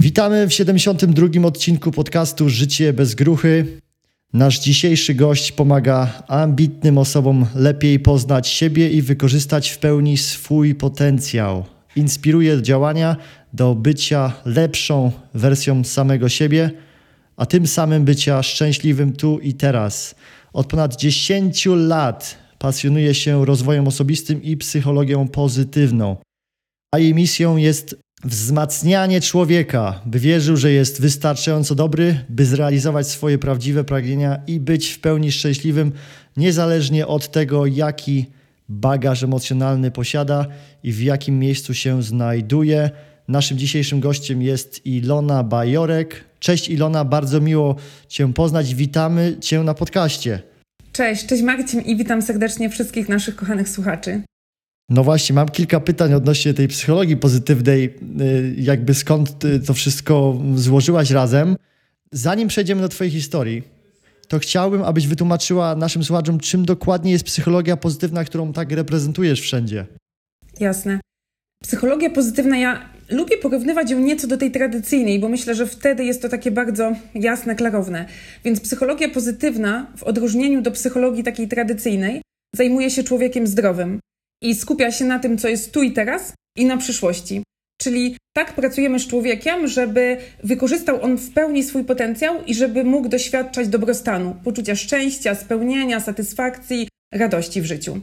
Witamy w 72. odcinku podcastu Życie bez gruchy. Nasz dzisiejszy gość pomaga ambitnym osobom lepiej poznać siebie i wykorzystać w pełni swój potencjał. Inspiruje do działania, do bycia lepszą wersją samego siebie, a tym samym bycia szczęśliwym tu i teraz. Od ponad 10 lat pasjonuje się rozwojem osobistym i psychologią pozytywną, a jej misją jest wzmacnianie człowieka, by wierzył, że jest wystarczająco dobry, by zrealizować swoje prawdziwe pragnienia i być w pełni szczęśliwym, niezależnie od tego, jaki bagaż emocjonalny posiada i w jakim miejscu się znajduje. Naszym dzisiejszym gościem jest Ilona Bajorek. Cześć Ilona, bardzo miło Cię poznać. Witamy Cię na podcaście. Cześć Marcin i witam serdecznie wszystkich naszych kochanych słuchaczy. No właśnie, mam kilka pytań odnośnie tej psychologii pozytywnej, jakby skąd to wszystko złożyłaś razem. Zanim przejdziemy do Twojej historii, to chciałbym, abyś wytłumaczyła naszym słuchaczom, czym dokładnie jest psychologia pozytywna, którą tak reprezentujesz wszędzie. Jasne. Psychologia pozytywna, ja lubię porównywać ją nieco do tej tradycyjnej, bo myślę, że wtedy jest to takie bardzo jasne, klarowne. Więc psychologia pozytywna, w odróżnieniu do psychologii takiej tradycyjnej, zajmuje się człowiekiem zdrowym i skupia się na tym, co jest tu i teraz i na przyszłości. Czyli tak pracujemy z człowiekiem, żeby wykorzystał on w pełni swój potencjał i żeby mógł doświadczać dobrostanu, poczucia szczęścia, spełnienia, satysfakcji, radości w życiu.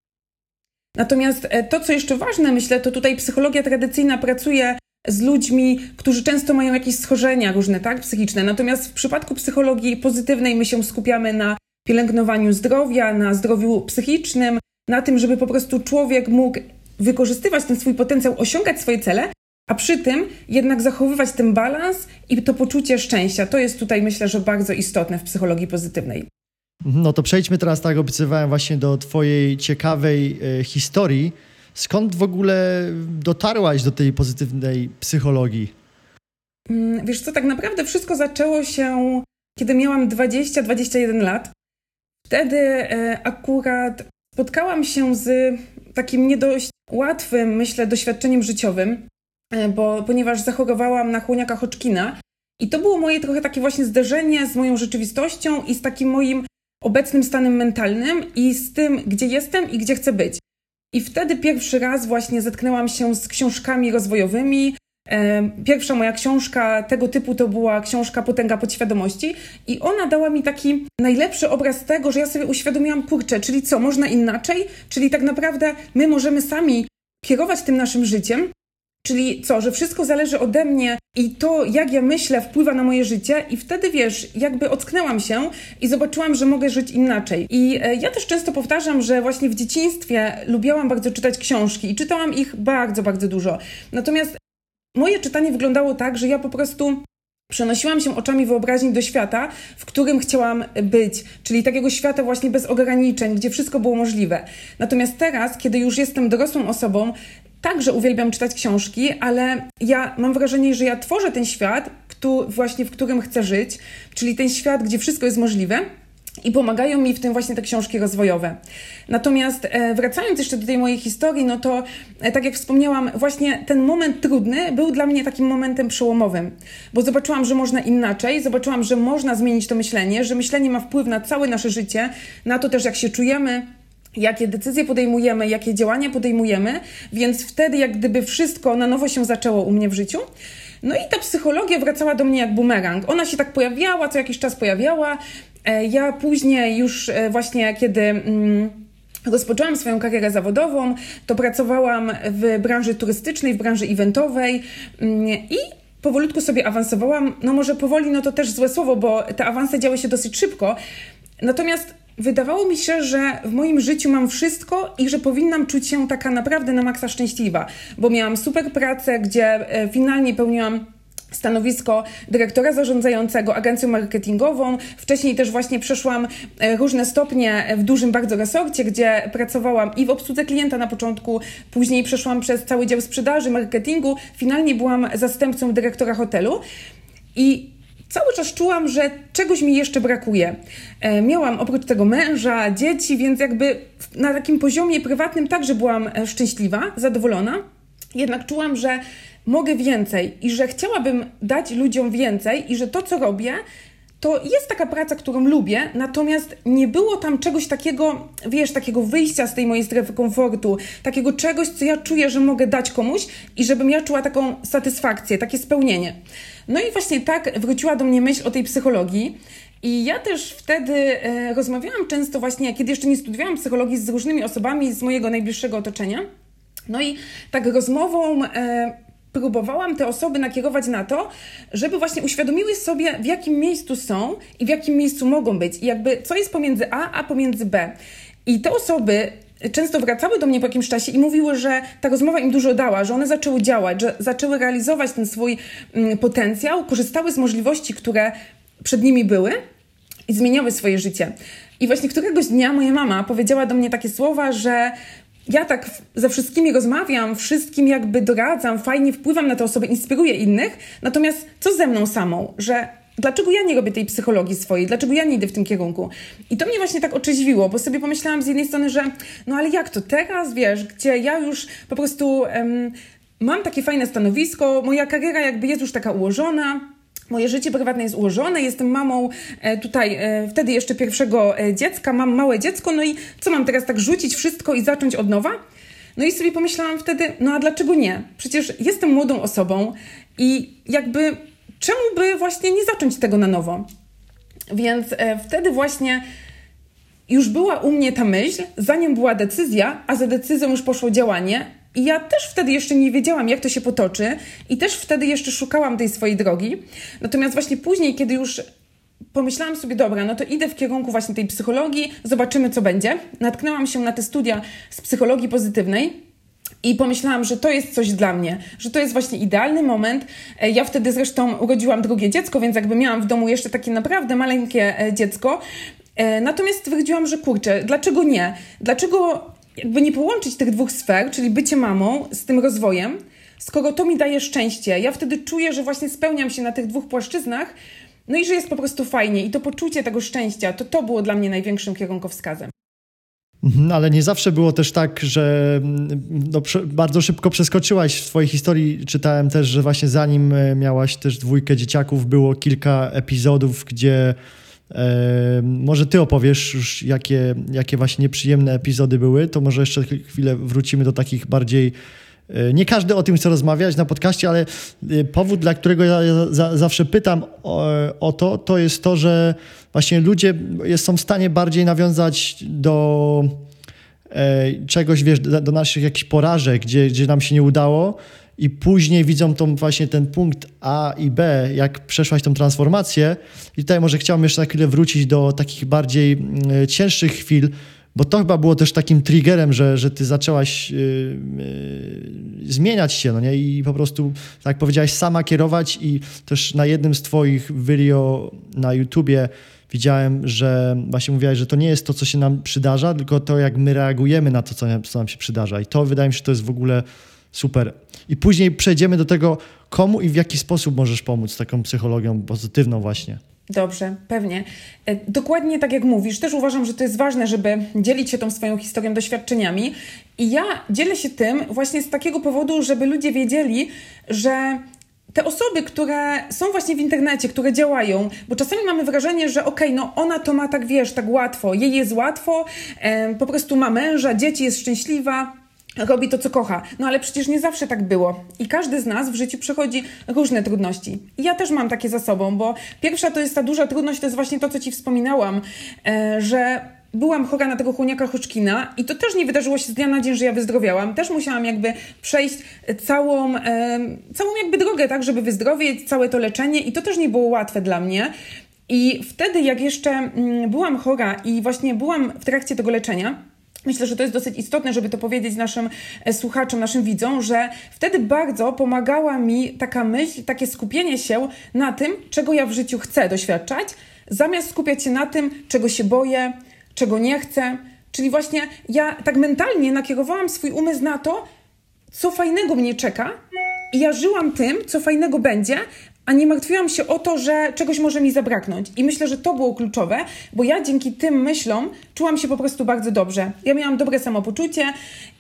Natomiast to, co jeszcze ważne, myślę, to tutaj psychologia tradycyjna pracuje z ludźmi, którzy często mają jakieś schorzenia różne, tak, psychiczne. Natomiast w przypadku psychologii pozytywnej my się skupiamy na pielęgnowaniu zdrowia, na zdrowiu psychicznym, na tym, żeby po prostu człowiek mógł wykorzystywać ten swój potencjał, osiągać swoje cele, a przy tym jednak zachowywać ten balans i to poczucie szczęścia. To jest tutaj, myślę, że bardzo istotne w psychologii pozytywnej. No to przejdźmy teraz, tak obiecywałem, właśnie do Twojej ciekawej historii. Skąd w ogóle dotarłaś do tej pozytywnej psychologii? Wiesz co, tak naprawdę wszystko zaczęło się, kiedy miałam 20-21 lat. Wtedy akurat spotkałam się z takim nie dość łatwym, myślę, doświadczeniem życiowym, ponieważ zachorowałam na chłoniaka Hodgkina i to było moje trochę takie właśnie zderzenie z moją rzeczywistością i z takim moim obecnym stanem mentalnym i z tym, gdzie jestem i gdzie chcę być. I wtedy pierwszy raz właśnie zetknęłam się z książkami rozwojowymi. Pierwsza moja książka tego typu to była książka Potęga Podświadomości i ona dała mi taki najlepszy obraz tego, że ja sobie uświadomiłam, kurczę, czyli co, można inaczej? Czyli tak naprawdę my możemy sami kierować tym naszym życiem, czyli co, że wszystko zależy ode mnie i to, jak ja myślę, wpływa na moje życie i wtedy, wiesz, jakby ocknęłam się i zobaczyłam, że mogę żyć inaczej. I ja też często powtarzam, że właśnie w dzieciństwie lubiłam bardzo czytać książki i czytałam ich bardzo, bardzo dużo. Natomiast moje czytanie wyglądało tak, że ja po prostu przenosiłam się oczami wyobraźni do świata, w którym chciałam być, czyli takiego świata właśnie bez ograniczeń, gdzie wszystko było możliwe. Natomiast teraz, kiedy już jestem dorosłą osobą, także uwielbiam czytać książki, ale ja mam wrażenie, że ja tworzę ten świat, właśnie w którym chcę żyć, czyli ten świat, gdzie wszystko jest możliwe. I pomagają mi w tym właśnie te książki rozwojowe. Natomiast wracając jeszcze do tej mojej historii, no to tak jak wspomniałam, właśnie ten moment trudny był dla mnie takim momentem przełomowym, bo zobaczyłam, że można inaczej, zobaczyłam, że można zmienić to myślenie, że myślenie ma wpływ na całe nasze życie, na to też jak się czujemy, jakie decyzje podejmujemy, jakie działania podejmujemy, więc wtedy jak gdyby wszystko na nowo się zaczęło u mnie w życiu. No i ta psychologia wracała do mnie jak bumerang. Ona się tak pojawiała, co jakiś czas pojawiała. Ja później już właśnie kiedy rozpoczęłam swoją karierę zawodową, to pracowałam w branży turystycznej, w branży eventowej i powolutku sobie awansowałam. No może powoli, no to też złe słowo, bo te awanse działy się dosyć szybko. Natomiast wydawało mi się, że w moim życiu mam wszystko i że powinnam czuć się taka naprawdę na maksa szczęśliwa, bo miałam super pracę, gdzie finalnie pełniłam stanowisko dyrektora zarządzającego agencją marketingową. Wcześniej też właśnie przeszłam różne stopnie w dużym bardzo resorcie, gdzie pracowałam i w obsłudze klienta na początku, później przeszłam przez cały dział sprzedaży, marketingu, finalnie byłam zastępcą dyrektora hotelu i cały czas czułam, że czegoś mi jeszcze brakuje. Miałam oprócz tego męża, dzieci, więc jakby na takim poziomie prywatnym także byłam szczęśliwa, zadowolona. Jednak czułam, że mogę więcej i że chciałabym dać ludziom więcej i że to, co robię, to jest taka praca, którą lubię, natomiast nie było tam czegoś takiego, wiesz, takiego wyjścia z tej mojej strefy komfortu, takiego czegoś, co ja czuję, że mogę dać komuś i żebym ja czuła taką satysfakcję, takie spełnienie. No i właśnie tak wróciła do mnie myśl o tej psychologii i ja też wtedy rozmawiałam często właśnie, kiedy jeszcze nie studiowałam psychologii, z różnymi osobami z mojego najbliższego otoczenia. No i tak rozmową próbowałam te osoby nakierować na to, żeby właśnie uświadomiły sobie, w jakim miejscu są i w jakim miejscu mogą być. I jakby co jest pomiędzy A pomiędzy B. I te osoby często wracały do mnie po jakimś czasie i mówiły, że ta rozmowa im dużo dała, że one zaczęły działać, że zaczęły realizować ten swój potencjał, korzystały z możliwości, które przed nimi były i zmieniały swoje życie. I właśnie któregoś dnia moja mama powiedziała do mnie takie słowa, że ja tak ze wszystkimi rozmawiam, wszystkim jakby doradzam, fajnie wpływam na te osoby, inspiruję innych, natomiast co ze mną samą, że dlaczego ja nie robię tej psychologii swojej, dlaczego ja nie idę w tym kierunku? I to mnie właśnie tak otrzeźwiło, bo sobie pomyślałam z jednej strony, że no ale jak to teraz, wiesz, gdzie ja już po prostu mam takie fajne stanowisko, moja kariera jakby jest już taka ułożona, moje życie prywatne jest ułożone, jestem mamą tutaj wtedy jeszcze pierwszego dziecka, mam małe dziecko, no i co mam teraz tak rzucić wszystko i zacząć od nowa? No i sobie pomyślałam wtedy, no a dlaczego nie? Przecież jestem młodą osobą i jakby czemu by właśnie nie zacząć tego na nowo? Więc wtedy właśnie już była u mnie ta myśl, zanim była decyzja, a za decyzją już poszło działanie. I ja też wtedy jeszcze nie wiedziałam, jak to się potoczy i też wtedy jeszcze szukałam tej swojej drogi. Natomiast właśnie później, kiedy już pomyślałam sobie, dobra, no to idę w kierunku właśnie tej psychologii, zobaczymy, co będzie. Natknęłam się na te studia z psychologii pozytywnej i pomyślałam, że to jest coś dla mnie, że to jest właśnie idealny moment. Ja wtedy zresztą urodziłam drugie dziecko, więc jakby miałam w domu jeszcze takie naprawdę maleńkie dziecko. Natomiast stwierdziłam, że kurczę, dlaczego nie? Dlaczego jakby nie połączyć tych dwóch sfer, czyli bycie mamą z tym rozwojem, skoro to mi daje szczęście. Ja wtedy czuję, że właśnie spełniam się na tych dwóch płaszczyznach, no i że jest po prostu fajnie. I to poczucie tego szczęścia, to było dla mnie największym kierunkowskazem. Ale nie zawsze było też tak, że no, bardzo szybko przeskoczyłaś w twojej historii. Czytałem też, że właśnie zanim miałaś też dwójkę dzieciaków, było kilka epizodów, gdzie może ty opowiesz już, jakie właśnie nieprzyjemne epizody były, to może jeszcze chwilę wrócimy do takich bardziej... Nie każdy o tym chce rozmawiać na podcaście, ale powód, dla którego ja zawsze pytam o to jest to, że właśnie ludzie są w stanie bardziej nawiązać do czegoś, wiesz, do naszych jakichś porażek, gdzie nam się nie udało i później widzą właśnie ten punkt A i B, jak przeszłaś tą transformację. I tutaj może chciałbym jeszcze na chwilę wrócić do takich bardziej cięższych chwil, bo to chyba było też takim triggerem, że ty zaczęłaś zmieniać się, no nie? I po prostu, tak jak powiedziałaś, sama kierować i też na jednym z twoich video na YouTubie widziałem, że właśnie mówiłaś, że to nie jest to, co się nam przydarza, tylko to, jak my reagujemy na to, co nam się przydarza. I to wydaje mi się, że to jest w ogóle super. I później przejdziemy do tego, komu i w jaki sposób możesz pomóc taką psychologią pozytywną właśnie. Dobrze, pewnie. Dokładnie tak jak mówisz, też uważam, że to jest ważne, żeby dzielić się tą swoją historią, doświadczeniami. I ja dzielę się tym właśnie z takiego powodu, żeby ludzie wiedzieli, że te osoby, które są właśnie w internecie, które działają, bo czasami mamy wrażenie, że okej, no ona to ma tak, wiesz, tak łatwo, jej jest łatwo, po prostu ma męża, dzieci, jest szczęśliwa, robi to, co kocha. No ale przecież nie zawsze tak było. I każdy z nas w życiu przechodzi różne trudności. I ja też mam takie za sobą, bo pierwsza to jest ta duża trudność, to jest właśnie to, co ci wspominałam, że byłam chora na tego chłoniaka Hodgkina i to też nie wydarzyło się z dnia na dzień, że ja wyzdrowiałam. Też musiałam jakby przejść całą jakby drogę, tak, żeby wyzdrowieć, całe to leczenie i to też nie było łatwe dla mnie. I wtedy, jak jeszcze byłam chora i właśnie byłam w trakcie tego leczenia, myślę, że to jest dosyć istotne, żeby to powiedzieć naszym słuchaczom, naszym widzom, że wtedy bardzo pomagała mi taka myśl, takie skupienie się na tym, czego ja w życiu chcę doświadczać, zamiast skupiać się na tym, czego się boję, czego nie chcę. Czyli właśnie ja tak mentalnie nakierowałam swój umysł na to, co fajnego mnie czeka i ja żyłam tym, co fajnego będzie, a nie martwiłam się o to, że czegoś może mi zabraknąć. I myślę, że to było kluczowe, bo ja dzięki tym myślom czułam się po prostu bardzo dobrze. Ja miałam dobre samopoczucie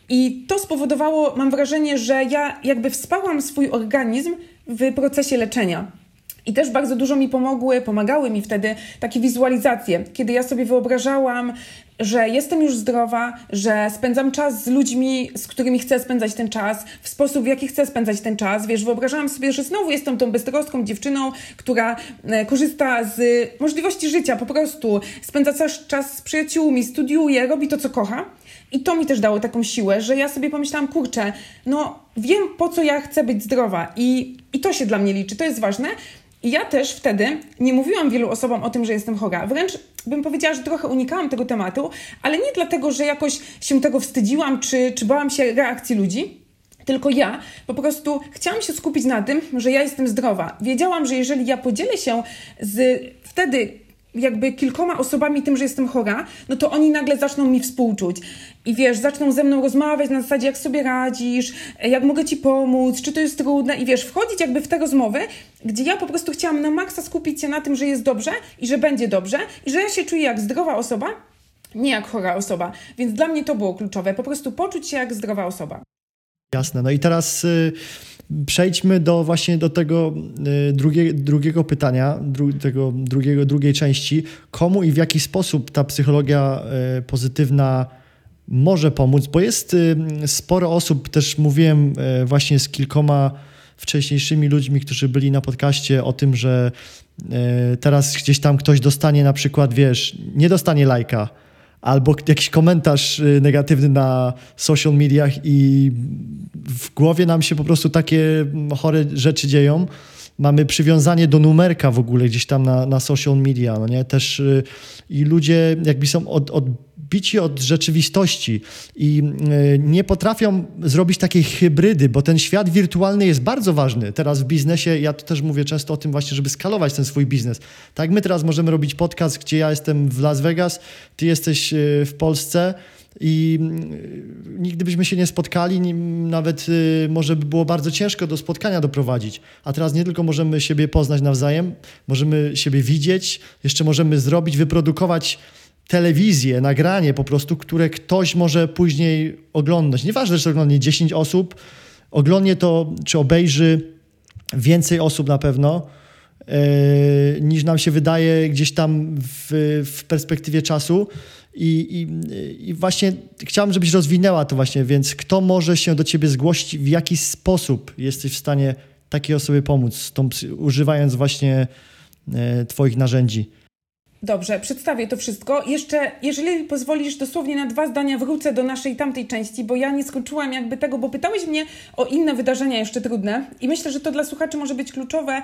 I to spowodowało, mam wrażenie, że ja jakby wsparłam swój organizm w procesie leczenia. I też bardzo dużo mi pomagały mi wtedy takie wizualizacje, kiedy ja sobie wyobrażałam, że jestem już zdrowa, że spędzam czas z ludźmi, z którymi chcę spędzać ten czas, w sposób, w jaki chcę spędzać ten czas. Wiesz, wyobrażałam sobie, że znowu jestem tą beztroską dziewczyną, która korzysta z możliwości życia, po prostu spędza czas z przyjaciółmi, studiuje, robi to, co kocha. I to mi też dało taką siłę, że ja sobie pomyślałam, kurczę, no wiem, po co ja chcę być zdrowa i to się dla mnie liczy, to jest ważne. I ja też wtedy nie mówiłam wielu osobom o tym, że jestem chora. Wręcz bym powiedziała, że trochę unikałam tego tematu, ale nie dlatego, że jakoś się tego wstydziłam, czy bałam się reakcji ludzi, tylko ja po prostu chciałam się skupić na tym, że ja jestem zdrowa. Wiedziałam, że jeżeli ja podzielę się wtedy jakby kilkoma osobami tym, że jestem chora, no to oni nagle zaczną mi współczuć. I wiesz, zaczną ze mną rozmawiać na zasadzie, jak sobie radzisz, jak mogę ci pomóc, czy to jest trudne. I wiesz, wchodzić jakby w te rozmowy, gdzie ja po prostu chciałam na maksa skupić się na tym, że jest dobrze i że będzie dobrze i że ja się czuję jak zdrowa osoba, nie jak chora osoba. Więc dla mnie to było kluczowe, po prostu poczuć się jak zdrowa osoba. Jasne. No i teraz przejdźmy do tego drugiego pytania, drugiej części. Komu i w jaki sposób ta psychologia pozytywna może pomóc? Bo jest sporo osób, też mówiłem właśnie z kilkoma wcześniejszymi ludźmi, którzy byli na podcaście o tym, że teraz gdzieś tam ktoś dostanie na przykład, wiesz, nie dostanie lajka, albo jakiś komentarz negatywny na social mediach i w głowie nam się po prostu takie chore rzeczy dzieją. Mamy przywiązanie do numerka w ogóle gdzieś tam na social media, no nie? Też i ludzie jakby są odbici od rzeczywistości i nie potrafią zrobić takiej hybrydy, bo ten świat wirtualny jest bardzo ważny. Teraz w biznesie, ja tu też mówię często o tym właśnie, żeby skalować ten swój biznes. Tak jak my teraz możemy robić podcast, gdzie ja jestem w Las Vegas, ty jesteś w Polsce i nigdy byśmy się nie spotkali, nawet może by było bardzo ciężko do spotkania doprowadzić. A teraz nie tylko możemy siebie poznać nawzajem, możemy siebie widzieć, jeszcze możemy wyprodukować telewizję, nagranie po prostu, które ktoś może później oglądać. Nieważne, że oglądnie 10 osób, oglądnie to, czy obejrzy więcej osób na pewno, niż nam się wydaje gdzieś tam w perspektywie czasu. I właśnie chciałam, żebyś rozwinęła to właśnie, więc kto może się do ciebie zgłosić, w jaki sposób jesteś w stanie takiej osobie pomóc, używając właśnie twoich narzędzi? Dobrze, przedstawię to wszystko. Jeszcze, jeżeli pozwolisz, dosłownie na 2 zdania wrócę do naszej tamtej części, bo ja nie skończyłam jakby tego, bo pytałeś mnie o inne wydarzenia jeszcze trudne i myślę, że to dla słuchaczy może być kluczowe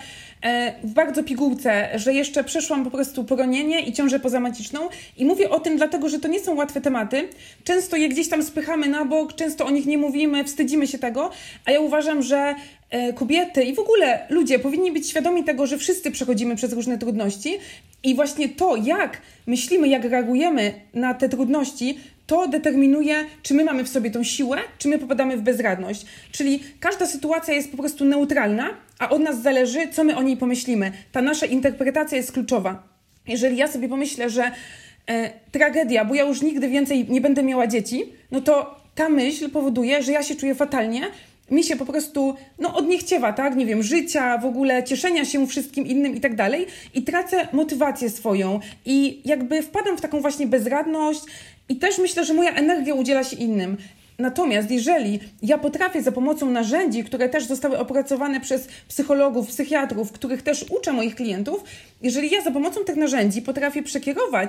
w bardzo pigułce, że jeszcze przeszłam po prostu poronienie i ciążę pozamaciczną i mówię o tym dlatego, że to nie są łatwe tematy. Często je gdzieś tam spychamy na bok, często o nich nie mówimy, wstydzimy się tego, a ja uważam, że kobiety i w ogóle ludzie powinni być świadomi tego, że wszyscy przechodzimy przez różne trudności i właśnie to, jak myślimy, jak reagujemy na te trudności, to determinuje, czy my mamy w sobie tą siłę, czy my popadamy w bezradność. Czyli każda sytuacja jest po prostu neutralna, a od nas zależy, co my o niej pomyślimy. Ta nasza interpretacja jest kluczowa. Jeżeli ja sobie pomyślę, że tragedia, bo ja już nigdy więcej nie będę miała dzieci, no to ta myśl powoduje, że ja się czuję fatalnie, mi się po prostu odniechciewa, tak? Nie wiem, życia, w ogóle cieszenia się wszystkim innym i tak dalej i tracę motywację swoją i jakby wpadam w taką właśnie bezradność i też myślę, że moja energia udziela się innym. Natomiast jeżeli ja potrafię za pomocą narzędzi, które też zostały opracowane przez psychologów, psychiatrów, których też uczę moich klientów, jeżeli ja za pomocą tych narzędzi potrafię przekierować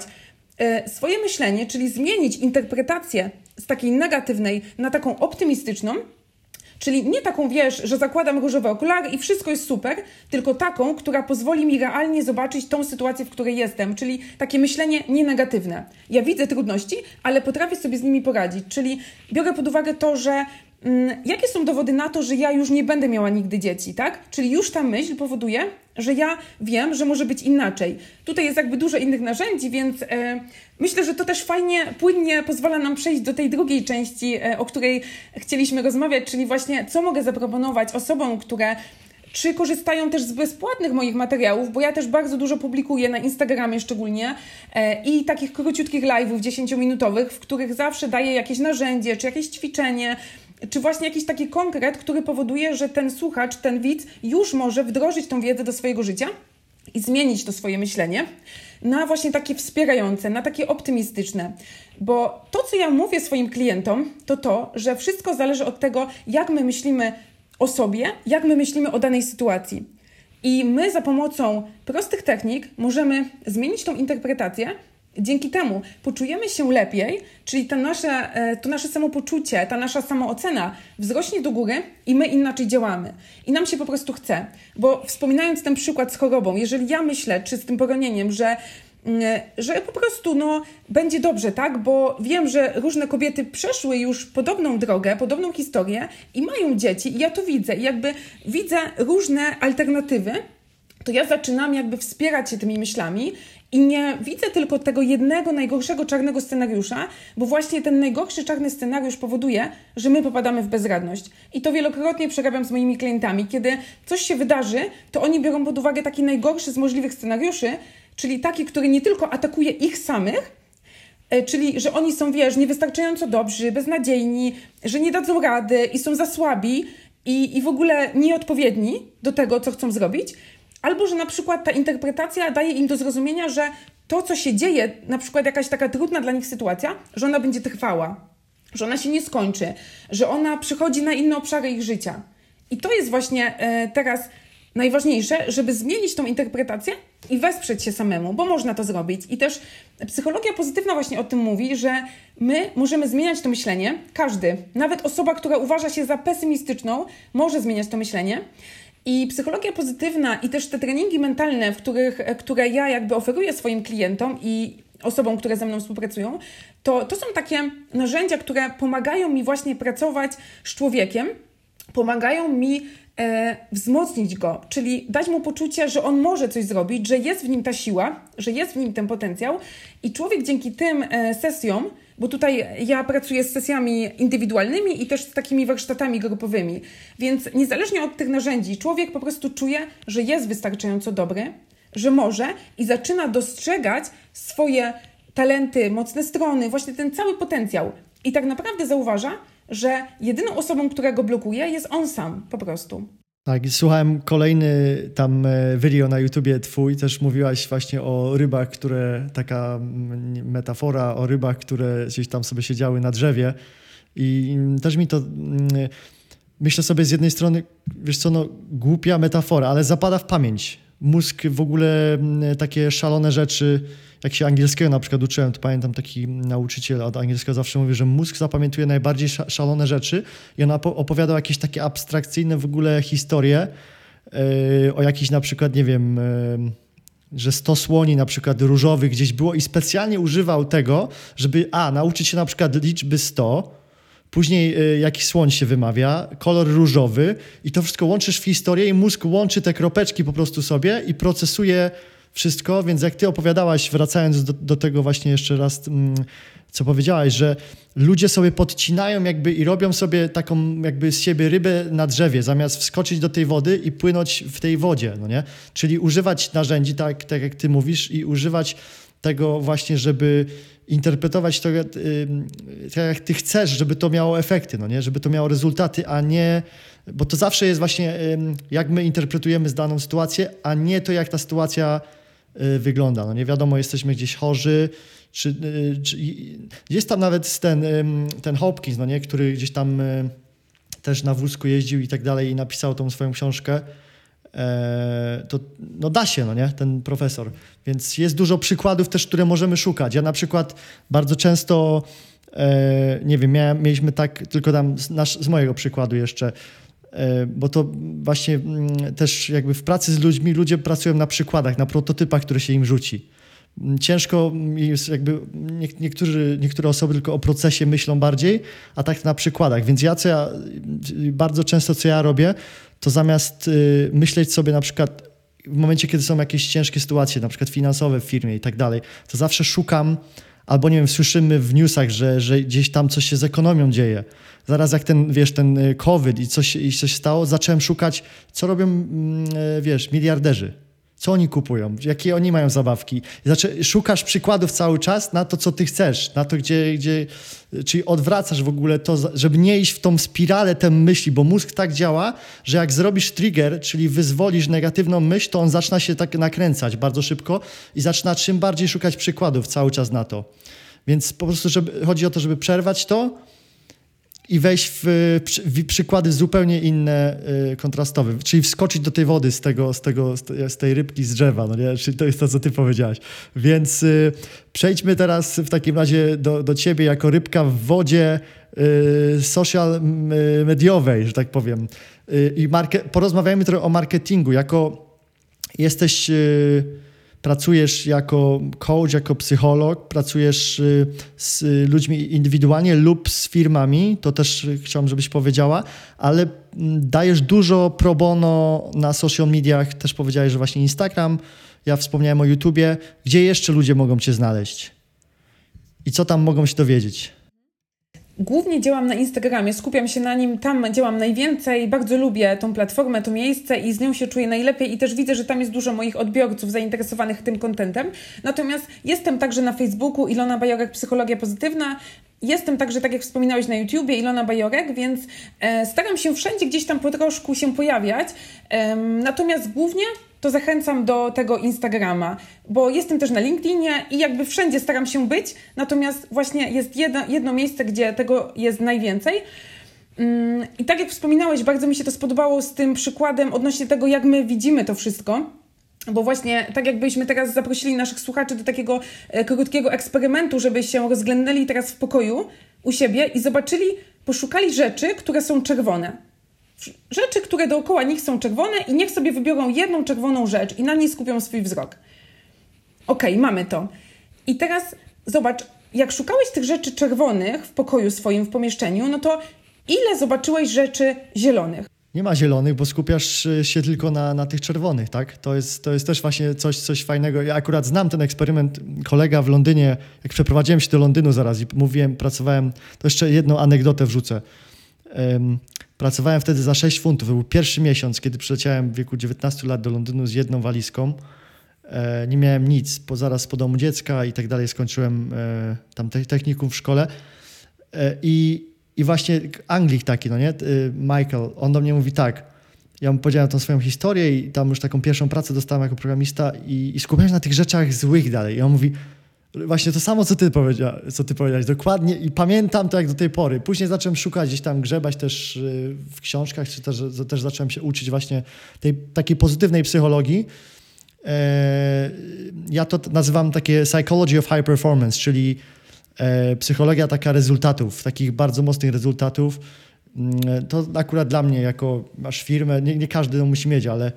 swoje myślenie, czyli zmienić interpretację z takiej negatywnej na taką optymistyczną, czyli nie taką, wiesz, że zakładam różowe okulary i wszystko jest super, tylko taką, która pozwoli mi realnie zobaczyć tą sytuację, w której jestem, czyli takie myślenie nienegatywne. Ja widzę trudności, ale potrafię sobie z nimi poradzić, czyli biorę pod uwagę to, że jakie są dowody na to, że ja już nie będę miała nigdy dzieci, tak? Czyli już ta myśl powoduje, że ja wiem, że może być inaczej. Tutaj jest jakby dużo innych narzędzi, więc myślę, że to też fajnie, płynnie pozwala nam przejść do tej drugiej części, o której chcieliśmy rozmawiać, czyli właśnie co mogę zaproponować osobom, które czy korzystają też z bezpłatnych moich materiałów, bo ja też bardzo dużo publikuję na Instagramie szczególnie i takich króciutkich live'ów 10-minutowych, w których zawsze daję jakieś narzędzie, czy jakieś ćwiczenie, czy właśnie jakiś taki konkret, który powoduje, że ten słuchacz, ten widz już może wdrożyć tą wiedzę do swojego życia i zmienić to swoje myślenie na właśnie takie wspierające, na takie optymistyczne. Bo to, co ja mówię swoim klientom, to, że wszystko zależy od tego, jak my myślimy o sobie, jak my myślimy o danej sytuacji. I my za pomocą prostych technik możemy zmienić tą interpretację. Dzięki temu poczujemy się lepiej, czyli to nasze samopoczucie, ta nasza samoocena wzrośnie do góry i my inaczej działamy. I nam się po prostu chce. Bo wspominając ten przykład z chorobą, jeżeli ja myślę, czy z tym poronieniem, że po prostu będzie dobrze, tak? Bo wiem, że różne kobiety przeszły już podobną drogę, podobną historię i mają dzieci i ja to widzę. I jakby widzę różne alternatywy, to ja zaczynam jakby wspierać się tymi myślami i nie widzę tylko tego jednego najgorszego czarnego scenariusza, bo właśnie ten najgorszy czarny scenariusz powoduje, że my popadamy w bezradność. I to wielokrotnie przerabiam z moimi klientami. Kiedy coś się wydarzy, to oni biorą pod uwagę taki najgorszy z możliwych scenariuszy, czyli taki, który nie tylko atakuje ich samych, czyli że oni są, niewystarczająco dobrzy, beznadziejni, że nie dadzą rady i są za słabi i w ogóle nieodpowiedni do tego, co chcą zrobić, albo że na przykład ta interpretacja daje im do zrozumienia, że to, co się dzieje, na przykład jakaś taka trudna dla nich sytuacja, że ona będzie trwała, że ona się nie skończy, że ona przychodzi na inne obszary ich życia. I to jest właśnie teraz najważniejsze, żeby zmienić tą interpretację i wesprzeć się samemu, bo można to zrobić. I też psychologia pozytywna właśnie o tym mówi, że my możemy zmieniać to myślenie, każdy, nawet osoba, która uważa się za pesymistyczną, może zmieniać to myślenie. I psychologia pozytywna i też te treningi mentalne, które ja jakby oferuję swoim klientom i osobom, które ze mną współpracują, to są takie narzędzia, które pomagają mi właśnie pracować z człowiekiem, pomagają mi wzmocnić go, czyli dać mu poczucie, że on może coś zrobić, że jest w nim ta siła, że jest w nim ten potencjał i człowiek dzięki tym sesjom, bo tutaj ja pracuję z sesjami indywidualnymi i też z takimi warsztatami grupowymi, więc niezależnie od tych narzędzi człowiek po prostu czuje, że jest wystarczająco dobry, że może i zaczyna dostrzegać swoje talenty, mocne strony, właśnie ten cały potencjał i tak naprawdę zauważa, że jedyną osobą, która go blokuje, jest on sam po prostu. Tak, słuchałem kolejny tam video na YouTubie twój, też mówiłaś właśnie o rybach, taka metafora o rybach, które gdzieś tam sobie siedziały na drzewie i też mi to, myślę sobie z jednej strony, głupia metafora, ale zapada w pamięć. Mózg w ogóle takie szalone rzeczy, jak się angielskiego na przykład uczyłem, to pamiętam taki nauczyciel od angielskiego zawsze mówi, że mózg zapamiętuje najbardziej szalone rzeczy i on opowiadał jakieś takie abstrakcyjne w ogóle historie o jakichś na przykład, nie wiem, że 100 słoni na przykład różowych gdzieś było i specjalnie używał tego, żeby nauczyć się na przykład liczby 100, później jakiś słoń się wymawia, kolor różowy i to wszystko łączysz w historię i mózg łączy te kropeczki po prostu sobie i procesuje wszystko, więc jak ty opowiadałaś, wracając do tego właśnie jeszcze raz, co powiedziałaś, że ludzie sobie podcinają jakby i robią sobie taką jakby z siebie rybę na drzewie, zamiast wskoczyć do tej wody i płynąć w tej wodzie, no nie? Czyli używać narzędzi, tak jak ty mówisz i używać tego właśnie, żeby interpretować to tak jak ty chcesz, żeby to miało efekty, no nie? Żeby to miało rezultaty, a nie... Bo to zawsze jest właśnie jak my interpretujemy daną sytuację, a nie to jak ta sytuacja wygląda. No nie wiadomo, jesteśmy gdzieś chorzy, czy jest tam nawet ten Hopkins, no nie? Który gdzieś tam też na wózku jeździł i tak dalej i napisał tą swoją książkę. To no da się, no nie? Ten profesor. Więc jest dużo przykładów też, które możemy szukać. Ja na przykład bardzo często, nie wiem, mieliśmy tak, tylko tam z mojego przykładu jeszcze, bo to właśnie też jakby w pracy z ludźmi ludzie pracują na przykładach, na prototypach, które się im rzuci. Ciężko jest jakby niektóre osoby tylko o procesie myślą bardziej, a tak na przykładach. Więc ja bardzo często co ja robię, to zamiast myśleć sobie na przykład w momencie, kiedy są jakieś ciężkie sytuacje, na przykład finansowe w firmie i tak dalej, to zawsze szukam Albo, nie wiem, słyszymy w newsach, że gdzieś tam coś się z ekonomią dzieje. Zaraz jak ten COVID i coś stało, zacząłem szukać, co robią, miliarderzy. Co oni kupują, jakie oni mają zabawki. Szukasz przykładów cały czas na to, co ty chcesz, na to, czyli odwracasz w ogóle to, żeby nie iść w tą spiralę tej myśli, bo mózg tak działa, że jak zrobisz trigger, czyli wyzwolisz negatywną myśl, to on zaczyna się tak nakręcać bardzo szybko i zaczyna czym bardziej szukać przykładów cały czas na to. Więc po prostu chodzi o to, żeby przerwać to i wejść w przykłady zupełnie inne, kontrastowe. Czyli wskoczyć do tej wody z tej rybki z drzewa. No nie? Czyli to jest to, co ty powiedziałaś. Więc przejdźmy teraz w takim razie do ciebie jako rybka w wodzie social mediowej, że tak powiem. I porozmawiajmy trochę o marketingu. Pracujesz jako coach, jako psycholog, pracujesz z ludźmi indywidualnie lub z firmami, to też chciałam, żebyś powiedziała, ale dajesz dużo pro bono na social mediach, też powiedziałeś, że właśnie Instagram, ja wspomniałem o YouTubie. Gdzie jeszcze ludzie mogą cię znaleźć? I co tam mogą się dowiedzieć? Głównie działam na Instagramie, skupiam się na nim, tam działam najwięcej, bardzo lubię tą platformę, to miejsce i z nią się czuję najlepiej i też widzę, że tam jest dużo moich odbiorców zainteresowanych tym contentem. Natomiast jestem także na Facebooku, Ilona Bajorek, Psychologia Pozytywna. Jestem także, tak jak wspominałeś, na YouTubie, Ilona Bajorek, więc staram się wszędzie gdzieś tam po troszku się pojawiać. Natomiast głównie to zachęcam do tego Instagrama, bo jestem też na LinkedInie i jakby wszędzie staram się być, natomiast właśnie jest jedno miejsce, gdzie tego jest najwięcej. I tak jak wspominałeś, bardzo mi się to spodobało z tym przykładem odnośnie tego, jak my widzimy to wszystko. Bo właśnie tak jakbyśmy teraz zaprosili naszych słuchaczy do takiego krótkiego eksperymentu, żeby się rozglądnęli teraz w pokoju u siebie i poszukali rzeczy, które są czerwone. Rzeczy, które dookoła nich są czerwone i niech sobie wybiorą jedną czerwoną rzecz i na niej skupią swój wzrok. Okej, mamy to. I teraz zobacz, jak szukałeś tych rzeczy czerwonych w pokoju swoim, w pomieszczeniu, no to ile zobaczyłeś rzeczy zielonych? Nie ma zielonych, bo skupiasz się tylko na tych czerwonych, tak? To jest też właśnie coś fajnego. Ja akurat znam ten eksperyment. Kolega w Londynie, jak przeprowadziłem się do Londynu zaraz i pracowałem, to jeszcze jedną anegdotę wrzucę. Pracowałem wtedy za 6 funtów. To był pierwszy miesiąc, kiedy przyleciałem w wieku 19 lat do Londynu z jedną walizką. Nie miałem nic, zaraz po domu dziecka i tak dalej. Skończyłem tam technikum w szkole. I właśnie Anglik taki, no nie? Michael, on do mnie mówi tak. Ja mu powiedziałem tą swoją historię i tam już taką pierwszą pracę dostałem jako programista i skupiałem się na tych rzeczach złych dalej. I on mówi, właśnie to samo, co ty powiedziałeś, dokładnie i pamiętam to jak do tej pory. Później zacząłem szukać, gdzieś tam grzebać też w książkach, czy też zacząłem się uczyć właśnie tej takiej pozytywnej psychologii. Ja to nazywam takie psychology of high performance, czyli psychologia taka rezultatów, takich bardzo mocnych rezultatów. To akurat dla mnie, jako masz firmę, nie każdy to musi mieć, ale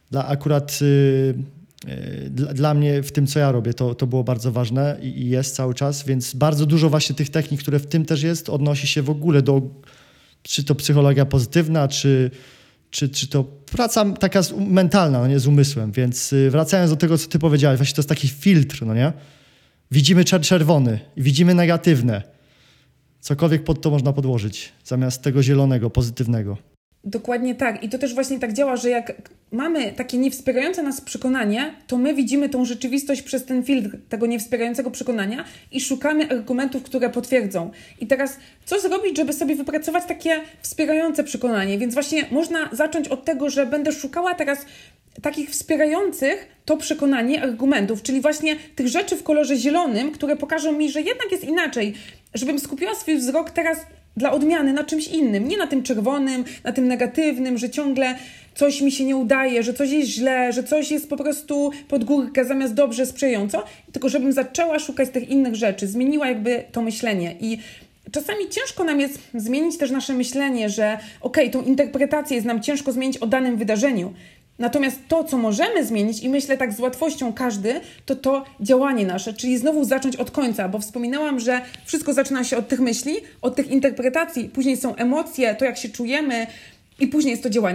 dla mnie w tym, co ja robię, to było bardzo ważne i jest cały czas, więc bardzo dużo właśnie tych technik, które w tym też jest, odnosi się w ogóle do, czy to psychologia pozytywna, czy to praca taka mentalna, no nie, z umysłem, więc wracając do tego, co ty powiedziałeś, właśnie to jest taki filtr, no nie? Widzimy czerwony, widzimy negatywne. Cokolwiek pod to można podłożyć, zamiast tego zielonego, pozytywnego. Dokładnie tak. I to też właśnie tak działa, że jak mamy takie niewspierające nas przekonanie, to my widzimy tą rzeczywistość przez ten filtr tego niewspierającego przekonania i szukamy argumentów, które potwierdzą. I teraz co zrobić, żeby sobie wypracować takie wspierające przekonanie? Więc właśnie można zacząć od tego, że będę szukała teraz takich wspierających to przekonanie argumentów, czyli właśnie tych rzeczy w kolorze zielonym, które pokażą mi, że jednak jest inaczej, żebym skupiła swój wzrok teraz dla odmiany na czymś innym, nie na tym czerwonym, na tym negatywnym, że ciągle coś mi się nie udaje, że coś jest źle, że coś jest po prostu pod górkę zamiast dobrze, sprzyjająco, tylko żebym zaczęła szukać tych innych rzeczy, zmieniła jakby to myślenie i czasami ciężko nam jest zmienić też nasze myślenie, że tą interpretację jest nam ciężko zmienić o danym wydarzeniu. Natomiast to, co możemy zmienić i myślę tak z łatwością każdy, to działanie nasze, czyli znowu zacząć od końca, bo wspominałam, że wszystko zaczyna się od tych myśli, od tych interpretacji, później są emocje, to jak się czujemy i później jest to działanie.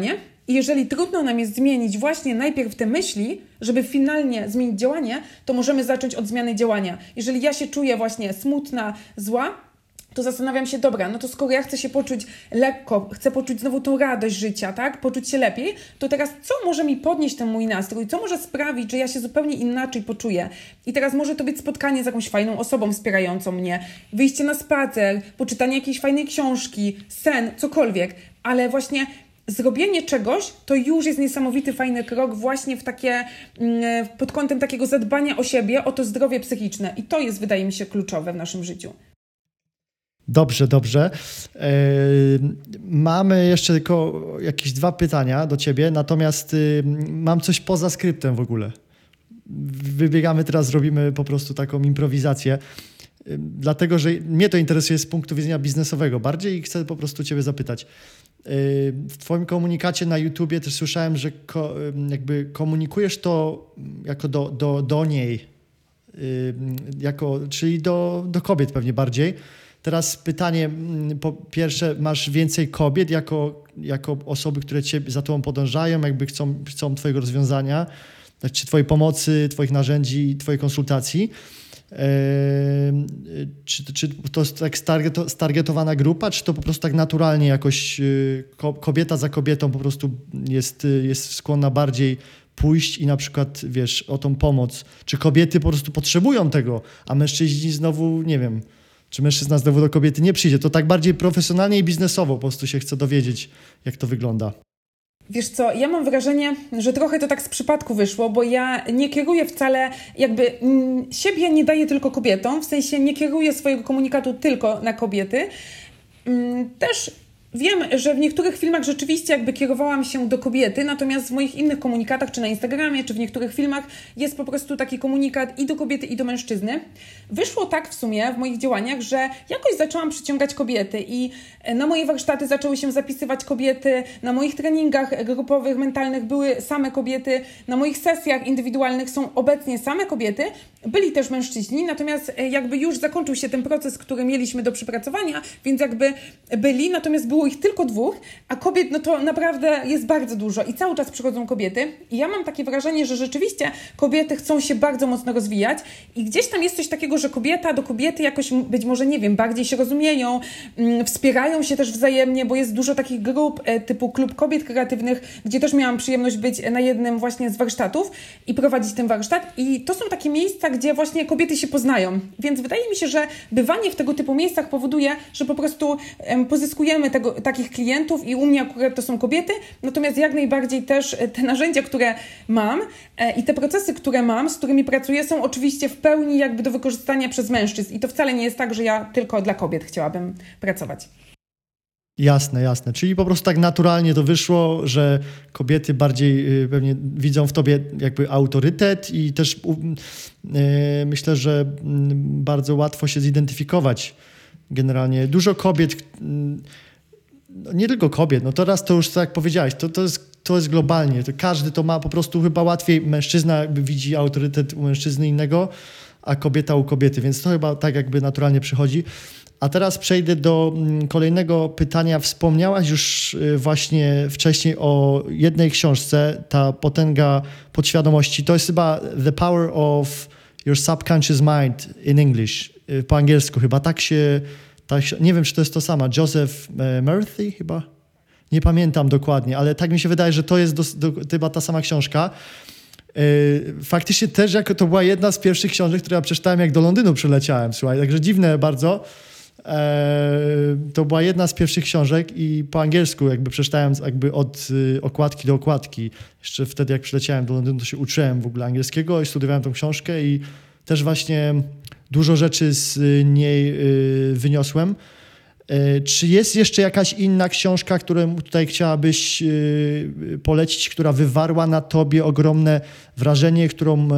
I jeżeli trudno nam jest zmienić właśnie najpierw te myśli, żeby finalnie zmienić działanie, to możemy zacząć od zmiany działania. Jeżeli ja się czuję właśnie smutna, zła, to zastanawiam się, dobra, no to skoro ja chcę się poczuć lekko, chcę poczuć znowu tą radość życia, tak, poczuć się lepiej, to teraz co może mi podnieść ten mój nastrój, co może sprawić, że ja się zupełnie inaczej poczuję. I teraz może to być spotkanie z jakąś fajną osobą wspierającą mnie, wyjście na spacer, poczytanie jakiejś fajnej książki, sen, cokolwiek, ale właśnie zrobienie czegoś to już jest niesamowity, fajny krok właśnie w takie, pod kątem takiego zadbania o siebie, o to zdrowie psychiczne i to jest, wydaje mi się, kluczowe w naszym życiu. Dobrze, dobrze. Mamy jeszcze tylko jakieś 2 pytania do ciebie, natomiast mam coś poza skryptem w ogóle. Wybiegamy teraz, robimy po prostu taką improwizację, dlatego że mnie to interesuje z punktu widzenia biznesowego bardziej i chcę po prostu ciebie zapytać. W twoim komunikacie na YouTubie też słyszałem, że jakby komunikujesz to jako do niej, czyli do kobiet pewnie bardziej. Teraz pytanie, po pierwsze, masz więcej kobiet jako osoby, które za tobą podążają, jakby chcą twojego rozwiązania, czy twojej pomocy, twoich narzędzi, twojej konsultacji. Czy to jest tak stargetowana grupa, czy to po prostu tak naturalnie jakoś kobieta za kobietą po prostu jest skłonna bardziej pójść i na przykład, wiesz, o tą pomoc? Czy kobiety po prostu potrzebują tego, a mężczyźni znowu, nie wiem, czy mężczyzna znowu do kobiety nie przyjdzie? To tak bardziej profesjonalnie i biznesowo po prostu się chce dowiedzieć, jak to wygląda. Wiesz co, ja mam wrażenie, że trochę to tak z przypadku wyszło, bo ja nie kieruję wcale, jakby siebie nie daję tylko kobietom, w sensie nie kieruję swojego komunikatu tylko na kobiety. Też wiem, że w niektórych filmach rzeczywiście jakby kierowałam się do kobiety, natomiast w moich innych komunikatach, czy na Instagramie, czy w niektórych filmach jest po prostu taki komunikat i do kobiety, i do mężczyzny. Wyszło tak w sumie w moich działaniach, że jakoś zaczęłam przyciągać kobiety i na moje warsztaty zaczęły się zapisywać kobiety, na moich treningach grupowych, mentalnych były same kobiety, na moich sesjach indywidualnych są obecnie same kobiety, byli też mężczyźni, natomiast jakby już zakończył się ten proces, który mieliśmy do przepracowania, więc jakby byli, natomiast było ich tylko 2, a kobiet no to naprawdę jest bardzo dużo i cały czas przychodzą kobiety i ja mam takie wrażenie, że rzeczywiście kobiety chcą się bardzo mocno rozwijać i gdzieś tam jest coś takiego, że kobieta do kobiety jakoś być może, nie wiem, bardziej się rozumieją, wspierają się też wzajemnie, bo jest dużo takich grup typu Klub Kobiet Kreatywnych, gdzie też miałam przyjemność być na jednym właśnie z warsztatów i prowadzić ten warsztat i to są takie miejsca, gdzie właśnie kobiety się poznają, więc wydaje mi się, że bywanie w tego typu miejscach powoduje, że po prostu pozyskujemy takich klientów i u mnie akurat to są kobiety, natomiast jak najbardziej też te narzędzia, które mam i te procesy, które mam, z którymi pracuję, są oczywiście w pełni jakby do wykorzystania przez mężczyzn i to wcale nie jest tak, że ja tylko dla kobiet chciałabym pracować. Jasne, jasne. Czyli po prostu tak naturalnie to wyszło, że kobiety bardziej pewnie widzą w tobie jakby autorytet i też myślę, że bardzo łatwo się zidentyfikować. Generalnie dużo kobiet, nie tylko kobiet, no teraz to już tak jak powiedziałeś, to jest globalnie, to każdy to ma po prostu chyba łatwiej, mężczyzna jakby widzi autorytet u mężczyzny innego, a kobieta u kobiety, więc to chyba tak jakby naturalnie przychodzi. A teraz przejdę do kolejnego pytania. Wspomniałaś już właśnie wcześniej o jednej książce, ta potęga podświadomości. To jest chyba The Power of Your Subconscious Mind in English, po angielsku chyba. Nie wiem, czy to jest to samo. Joseph Murphy chyba? Nie pamiętam dokładnie, ale tak mi się wydaje, że to jest chyba ta sama książka. Faktycznie też to była jedna z pierwszych książek, które ja przeczytałem, jak do Londynu przyleciałem. Słuchaj, także dziwne bardzo. To była jedna z pierwszych książek i po angielsku jakby przeczytałem jakby od okładki do okładki. Jeszcze wtedy, jak przyleciałem do Londynu, to się uczyłem w ogóle angielskiego i studiowałem tą książkę i też właśnie dużo rzeczy z niej wyniosłem. Czy jest jeszcze jakaś inna książka, którą tutaj chciałabyś polecić, która wywarła na tobie ogromne wrażenie,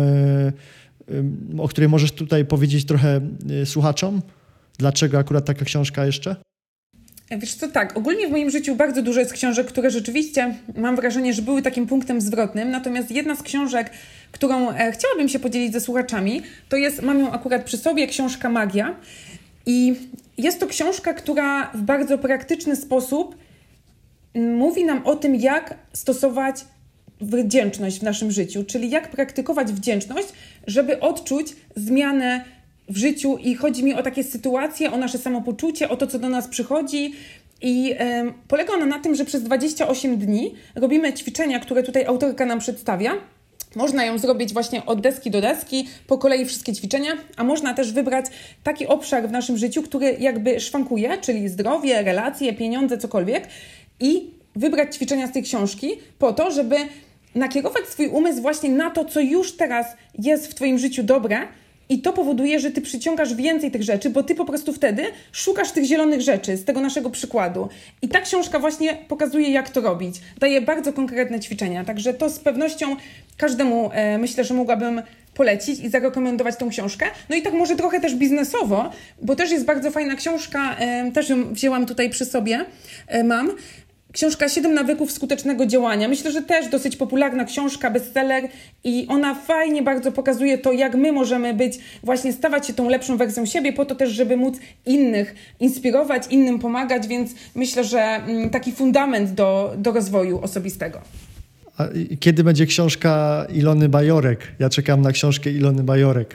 o której możesz tutaj powiedzieć trochę słuchaczom? Dlaczego akurat taka książka jeszcze? Wiesz co, tak, ogólnie w moim życiu bardzo dużo jest książek, które rzeczywiście mam wrażenie, że były takim punktem zwrotnym, natomiast jedna z książek, którą chciałabym się podzielić ze słuchaczami, to jest, mam ją akurat przy sobie, książka Magia i jest to książka, która w bardzo praktyczny sposób mówi nam o tym, jak stosować wdzięczność w naszym życiu, czyli jak praktykować wdzięczność, żeby odczuć zmianę w życiu i chodzi mi o takie sytuacje, o nasze samopoczucie, o to, co do nas przychodzi i polega ona na tym, że przez 28 dni robimy ćwiczenia, które tutaj autorka nam przedstawia. Można ją zrobić właśnie od deski do deski, po kolei wszystkie ćwiczenia, a można też wybrać taki obszar w naszym życiu, który jakby szwankuje, czyli zdrowie, relacje, pieniądze, cokolwiek i wybrać ćwiczenia z tej książki po to, żeby nakierować swój umysł właśnie na to, co już teraz jest w Twoim życiu dobre i to powoduje, że Ty przyciągasz więcej tych rzeczy, bo Ty po prostu wtedy szukasz tych zielonych rzeczy z tego naszego przykładu. I ta książka właśnie pokazuje, jak to robić. Daje bardzo konkretne ćwiczenia, także to z pewnością każdemu myślę, że mogłabym polecić i zarekomendować tą książkę. No i tak może trochę też biznesowo, bo też jest bardzo fajna książka, też ją wzięłam tutaj przy sobie, mam. Książka 7 nawyków skutecznego działania. Myślę, że też dosyć popularna książka, bestseller i ona fajnie bardzo pokazuje to, jak my możemy być, właśnie stawać się tą lepszą wersją siebie, po to też, żeby móc innych inspirować, innym pomagać, więc myślę, że taki fundament do rozwoju osobistego. A kiedy będzie książka Ilony Bajorek? Ja czekam na książkę Ilony Bajorek.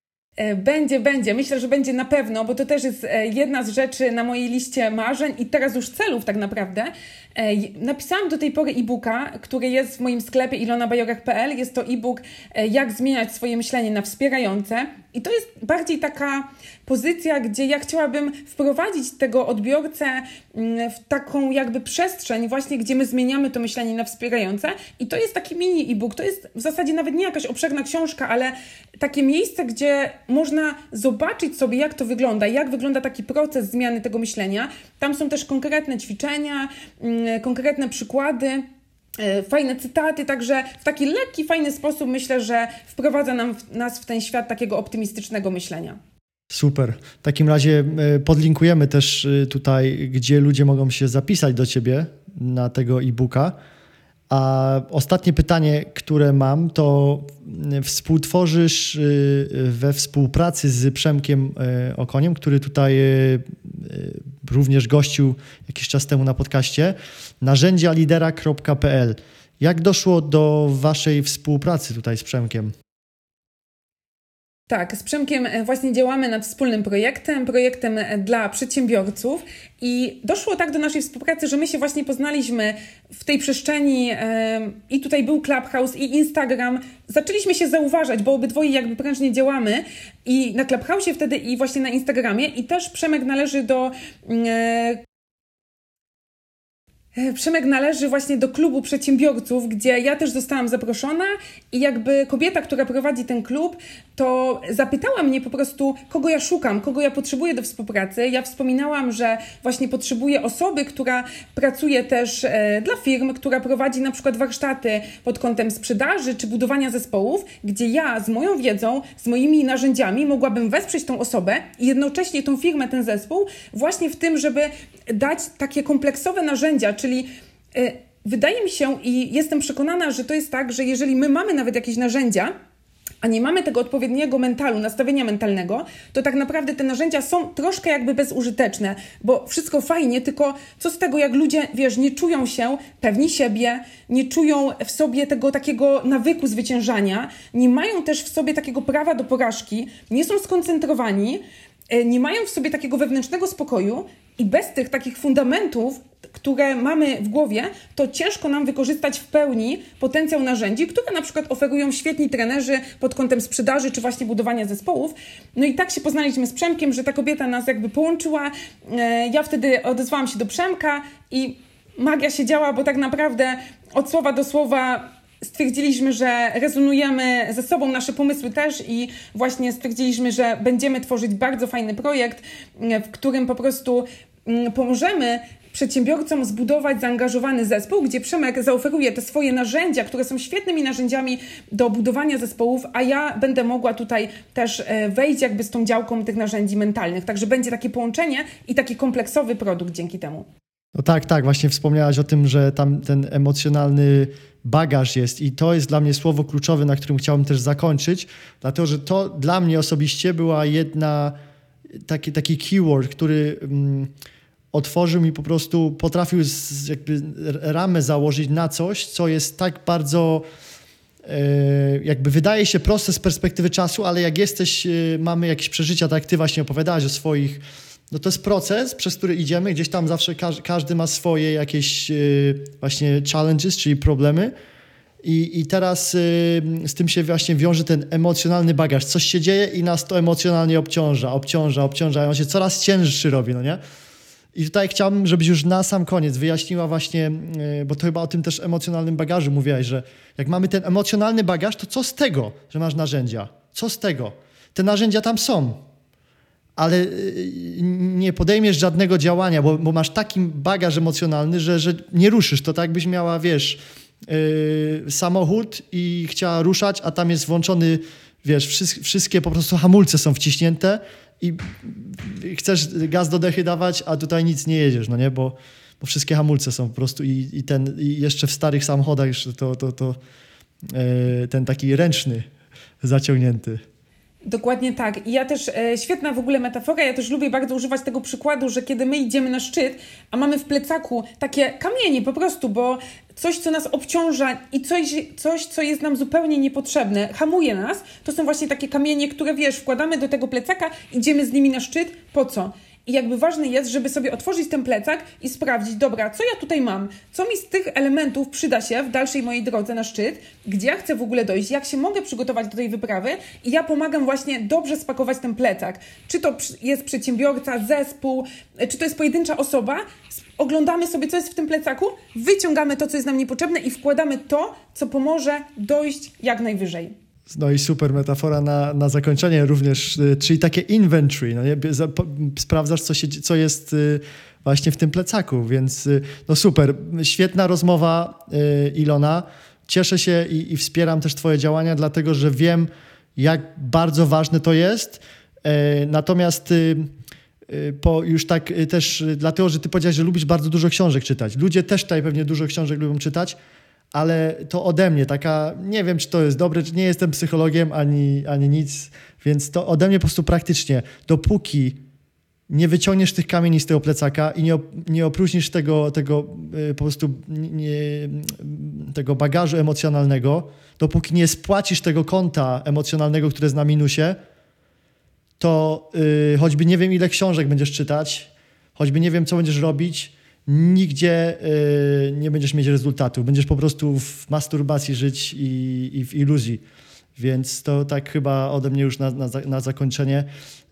Będzie. Myślę, że będzie na pewno, bo to też jest jedna z rzeczy na mojej liście marzeń i teraz już celów tak naprawdę. Napisałam do tej pory e-booka, który jest w moim sklepie ilonabajorek.pl. Jest to e-book jak zmieniać swoje myślenie na wspierające i to jest bardziej taka pozycja, gdzie ja chciałabym wprowadzić tego odbiorcę w taką jakby przestrzeń właśnie, gdzie my zmieniamy to myślenie na wspierające i to jest taki mini e-book, to jest w zasadzie nawet nie jakaś obszerna książka, ale takie miejsce, gdzie można zobaczyć sobie, jak to wygląda, jak wygląda taki proces zmiany tego myślenia. Tam są też konkretne ćwiczenia, konkretne przykłady, fajne cytaty, także w taki lekki, fajny sposób myślę, że wprowadza nas w ten świat takiego optymistycznego myślenia. Super. W takim razie podlinkujemy też tutaj, gdzie ludzie mogą się zapisać do Ciebie na tego e-booka. A ostatnie pytanie, które mam, to współtworzysz we współpracy z Przemkiem Okoniem, który tutaj również gościł jakiś czas temu na podcaście, narzędzialidera.pl. Jak doszło do waszej współpracy tutaj z Przemkiem? Tak, z Przemkiem właśnie działamy nad wspólnym projektem dla przedsiębiorców i doszło tak do naszej współpracy, że my się właśnie poznaliśmy w tej przestrzeni i tutaj był Clubhouse i Instagram. Zaczęliśmy się zauważać, bo obydwoje jakby prężnie działamy i na Clubhouse'ie wtedy i właśnie na Instagramie i też Przemek należy właśnie do klubu przedsiębiorców, gdzie ja też zostałam zaproszona i jakby kobieta, która prowadzi ten klub, to zapytała mnie po prostu, kogo ja szukam, kogo ja potrzebuję do współpracy. Ja wspominałam, że właśnie potrzebuję osoby, która pracuje też dla firm, która prowadzi na przykład warsztaty pod kątem sprzedaży czy budowania zespołów, gdzie ja z moją wiedzą, z moimi narzędziami mogłabym wesprzeć tą osobę i jednocześnie tą firmę, ten zespół właśnie w tym, żeby dać takie kompleksowe narzędzia, czyli wydaje mi się i jestem przekonana, że to jest tak, że jeżeli my mamy nawet jakieś narzędzia, a nie mamy tego odpowiedniego mentalu, nastawienia mentalnego, to tak naprawdę te narzędzia są troszkę jakby bezużyteczne, bo wszystko fajnie, tylko co z tego, jak ludzie, wiesz, nie czują się pewni siebie, nie czują w sobie tego takiego nawyku zwyciężania, nie mają też w sobie takiego prawa do porażki, nie są skoncentrowani, nie mają w sobie takiego wewnętrznego spokoju i bez tych takich fundamentów, które mamy w głowie, to ciężko nam wykorzystać w pełni potencjał narzędzi, które na przykład oferują świetni trenerzy pod kątem sprzedaży czy właśnie budowania zespołów. No i tak się poznaliśmy z Przemkiem, że ta kobieta nas jakby połączyła. Ja wtedy odezwałam się do Przemka i magia się działa, bo tak naprawdę od słowa do słowa stwierdziliśmy, że rezonujemy ze sobą, nasze pomysły też i właśnie stwierdziliśmy, że będziemy tworzyć bardzo fajny projekt, w którym po prostu pomożemy przedsiębiorcom zbudować zaangażowany zespół, gdzie Przemek zaoferuje te swoje narzędzia, które są świetnymi narzędziami do budowania zespołów, a ja będę mogła tutaj też wejść jakby z tą działką tych narzędzi mentalnych. Także będzie takie połączenie i taki kompleksowy produkt dzięki temu. No tak, właśnie wspomniałaś o tym, że tam ten emocjonalny bagaż jest i to jest dla mnie słowo kluczowe, na którym chciałbym też zakończyć, dlatego że to dla mnie osobiście była taki keyword, który otworzył mi po prostu, potrafił jakby ramę założyć na coś, co jest tak bardzo jakby wydaje się proste z perspektywy czasu, ale jak mamy jakieś przeżycia, tak jak ty właśnie opowiadałaś o swoich, no to jest proces, przez który idziemy, gdzieś tam zawsze każdy ma swoje jakieś właśnie challenges, czyli problemy i teraz z tym się właśnie wiąże ten emocjonalny bagaż. Coś się dzieje i nas to emocjonalnie obciąża i on się coraz cięższy robi, no nie? I tutaj chciałbym, żebyś już na sam koniec wyjaśniła właśnie, bo to chyba o tym też emocjonalnym bagażu mówiłaś, że jak mamy ten emocjonalny bagaż, to co z tego, że masz narzędzia? Co z tego? Te narzędzia tam są, ale nie podejmiesz żadnego działania, bo masz taki bagaż emocjonalny, że nie ruszysz. To tak jakbyś miała, wiesz, samochód i chciała ruszać, a tam jest włączony, wiesz, wszystkie po prostu hamulce są wciśnięte i chcesz gaz do dechy dawać, a tutaj nic nie jedziesz, no nie, bo wszystkie hamulce są po prostu i jeszcze w starych samochodach jeszcze ten taki ręczny zaciągnięty. Dokładnie tak. I ja też, świetna w ogóle metafora, ja też lubię bardzo używać tego przykładu, że kiedy my idziemy na szczyt, a mamy w plecaku takie kamienie po prostu, bo coś, co nas obciąża i coś, co jest nam zupełnie niepotrzebne, hamuje nas, to są właśnie takie kamienie, które, wiesz, wkładamy do tego plecaka, idziemy z nimi na szczyt, po co? I jakby ważne jest, żeby sobie otworzyć ten plecak i sprawdzić, dobra, co ja tutaj mam? Co mi z tych elementów przyda się w dalszej mojej drodze na szczyt? Gdzie ja chcę w ogóle dojść? Jak się mogę przygotować do tej wyprawy? I ja pomagam właśnie dobrze spakować ten plecak. Czy to jest przedsiębiorca, zespół, czy to jest pojedyncza osoba? Oglądamy sobie, co jest w tym plecaku, wyciągamy to, co jest nam niepotrzebne i wkładamy to, co pomoże dojść jak najwyżej. No i super metafora na zakończenie również, czyli takie inventory, no nie? Sprawdzasz, co jest właśnie w tym plecaku, więc no super, świetna rozmowa, Ilona. Cieszę się i wspieram też twoje działania, dlatego że wiem, jak bardzo ważne to jest. Natomiast już tak też dlatego, że ty powiedziałeś, że lubisz bardzo dużo książek czytać. Ludzie też tutaj pewnie dużo książek lubią czytać, ale to ode mnie taka, nie wiem, czy to jest dobre, czy nie jestem psychologiem, ani nic, więc to ode mnie po prostu praktycznie, dopóki nie wyciągniesz tych kamieni z tego plecaka i nie opróżnisz tego po prostu tego bagażu emocjonalnego, dopóki nie spłacisz tego konta emocjonalnego, które jest na minusie, to choćby nie wiem, ile książek będziesz czytać, choćby nie wiem, co będziesz robić, nigdzie nie będziesz mieć rezultatu. Będziesz po prostu w masturbacji żyć i w iluzji. Więc to tak chyba ode mnie już na zakończenie.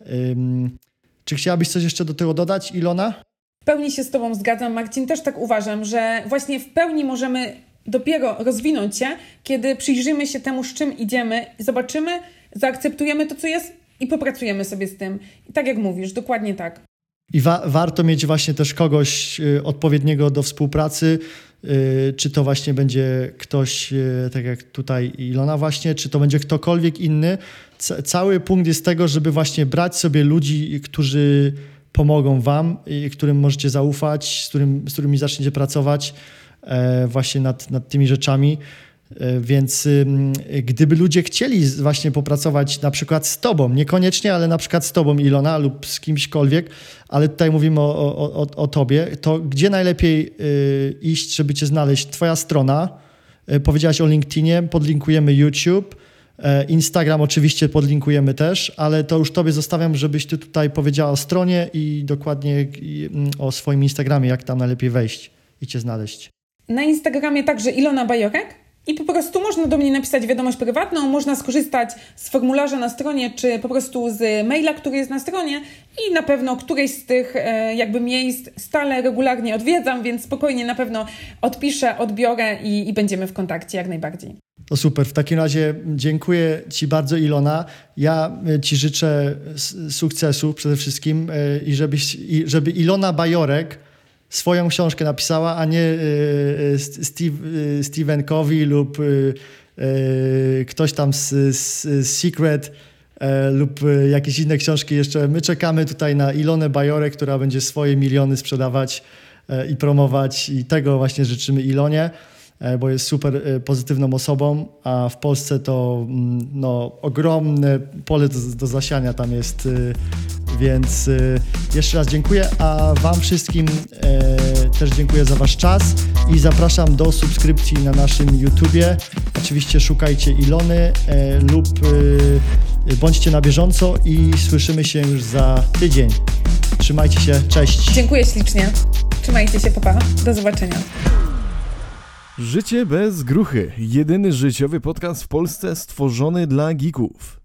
Czy chciałabyś coś jeszcze do tego dodać, Ilona? W pełni się z tobą zgadzam, Marcin. Też tak uważam, że właśnie w pełni możemy dopiero rozwinąć się, kiedy przyjrzymy się temu, z czym idziemy, zobaczymy, zaakceptujemy to, co jest i popracujemy sobie z tym. I tak jak mówisz, dokładnie tak. I warto mieć właśnie też kogoś odpowiedniego do współpracy, czy to właśnie będzie ktoś, tak jak tutaj Ilona właśnie, czy to będzie ktokolwiek inny. Cały punkt jest tego, żeby właśnie brać sobie ludzi, którzy pomogą wam, którym możecie zaufać, z którymi zaczniecie pracować właśnie nad tymi rzeczami. Więc gdyby ludzie chcieli właśnie popracować na przykład z tobą, niekoniecznie, ale na przykład z tobą, Ilona, lub z kimśkolwiek, ale tutaj mówimy o tobie, to gdzie najlepiej iść, żeby cię znaleźć? Twoja strona, powiedziałaś o LinkedInie, podlinkujemy YouTube, Instagram oczywiście podlinkujemy też, ale to już tobie zostawiam, żebyś ty tutaj powiedziała o stronie i dokładnie o swoim Instagramie, jak tam najlepiej wejść i cię znaleźć. Na Instagramie także Ilona Bajorek. I po prostu można do mnie napisać wiadomość prywatną, można skorzystać z formularza na stronie, czy po prostu z maila, który jest na stronie i na pewno któreś z tych jakby miejsc stale, regularnie odwiedzam, więc spokojnie na pewno odpiszę, odbiorę i będziemy w kontakcie jak najbardziej. To super. W takim razie dziękuję ci bardzo, Ilona. Ja ci życzę sukcesu przede wszystkim i żeby Ilona Bajorek swoją książkę napisała, a nie Stephen Covey lub ktoś tam z Secret lub jakieś inne książki jeszcze. My czekamy tutaj na Ilonę Bajorek, która będzie swoje miliony sprzedawać i promować i tego właśnie życzymy Ilonie, bo jest super pozytywną osobą, a w Polsce to ogromne pole do zasiania tam jest, Więc jeszcze raz dziękuję, a Wam wszystkim też dziękuję za Wasz czas i zapraszam do subskrypcji na naszym YouTubie. Oczywiście szukajcie Ilony lub bądźcie na bieżąco i słyszymy się już za tydzień. Trzymajcie się, cześć! Dziękuję ślicznie. Trzymajcie się, papa. Do zobaczenia. Życie bez gruchy. Jedyny życiowy podcast w Polsce stworzony dla geeków.